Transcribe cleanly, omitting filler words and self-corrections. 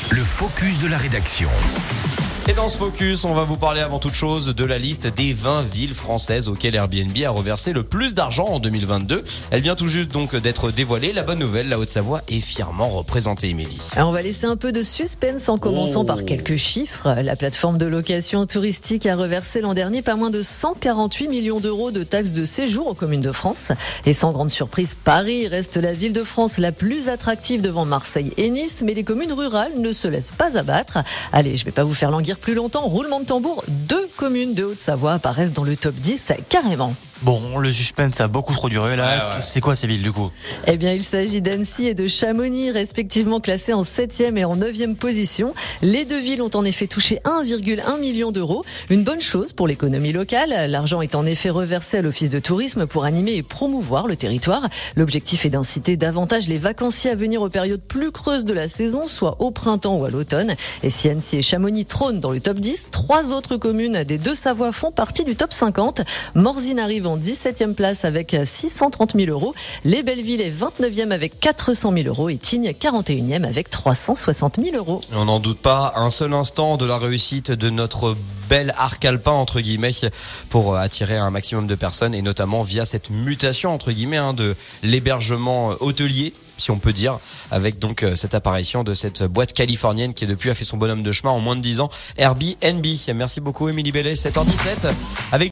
Le focus de la rédaction. Et dans ce focus, on va vous parler avant toute chose de la liste des 20 villes françaises auxquelles Airbnb a reversé le plus d'argent en 2022. Elle vient tout juste donc d'être dévoilée. La bonne nouvelle, la Haute-Savoie est fièrement représentée, Émilie. Alors on va laisser un peu de suspense en commençant par quelques chiffres. La plateforme de location touristique a reversé l'an dernier pas moins de 148 millions d'euros de taxes de séjour aux communes de France. Et sans grande surprise, Paris reste la ville de France la plus attractive devant Marseille et Nice. Mais les communes rurales ne se laissent pas abattre. Allez, je vais pas vous faire languir plus longtemps. Roulement de tambour, 2 communes de Haute-Savoie apparaissent dans le top 10 carrément. Bon, le suspense a beaucoup trop duré là. Ouais. C'est quoi ces villes du coup ? Eh bien, il s'agit d'Annecy et de Chamonix, respectivement classées en 7e et en 9e position. Les 2 villes ont en effet touché 1,1 million d'euros. Une bonne chose pour l'économie locale. L'argent est en effet reversé à l'Office de tourisme pour animer et promouvoir le territoire. L'objectif est d'inciter davantage les vacanciers à venir aux périodes plus creuses de la saison, soit au printemps ou à l'automne. Et si Annecy et Chamonix trônent dans le top 10, 3 autres communes des Deux-Savoies font partie du top 50. Morzine arrive en 17e place avec 630 000 euros. Les Bellevilles est 29e avec 400 000 euros et Tignes 41e avec 360 000 euros. On n'en doute pas un seul instant de la réussite de notre bel arc alpin entre guillemets pour attirer un maximum de personnes et notamment via cette mutation entre guillemets de l'hébergement hôtelier, si on peut dire, avec donc cette apparition de cette boîte californienne qui depuis a fait son bonhomme de chemin en moins de 10 ans, Airbnb. Merci beaucoup Émilie Bellet, 7h17 avec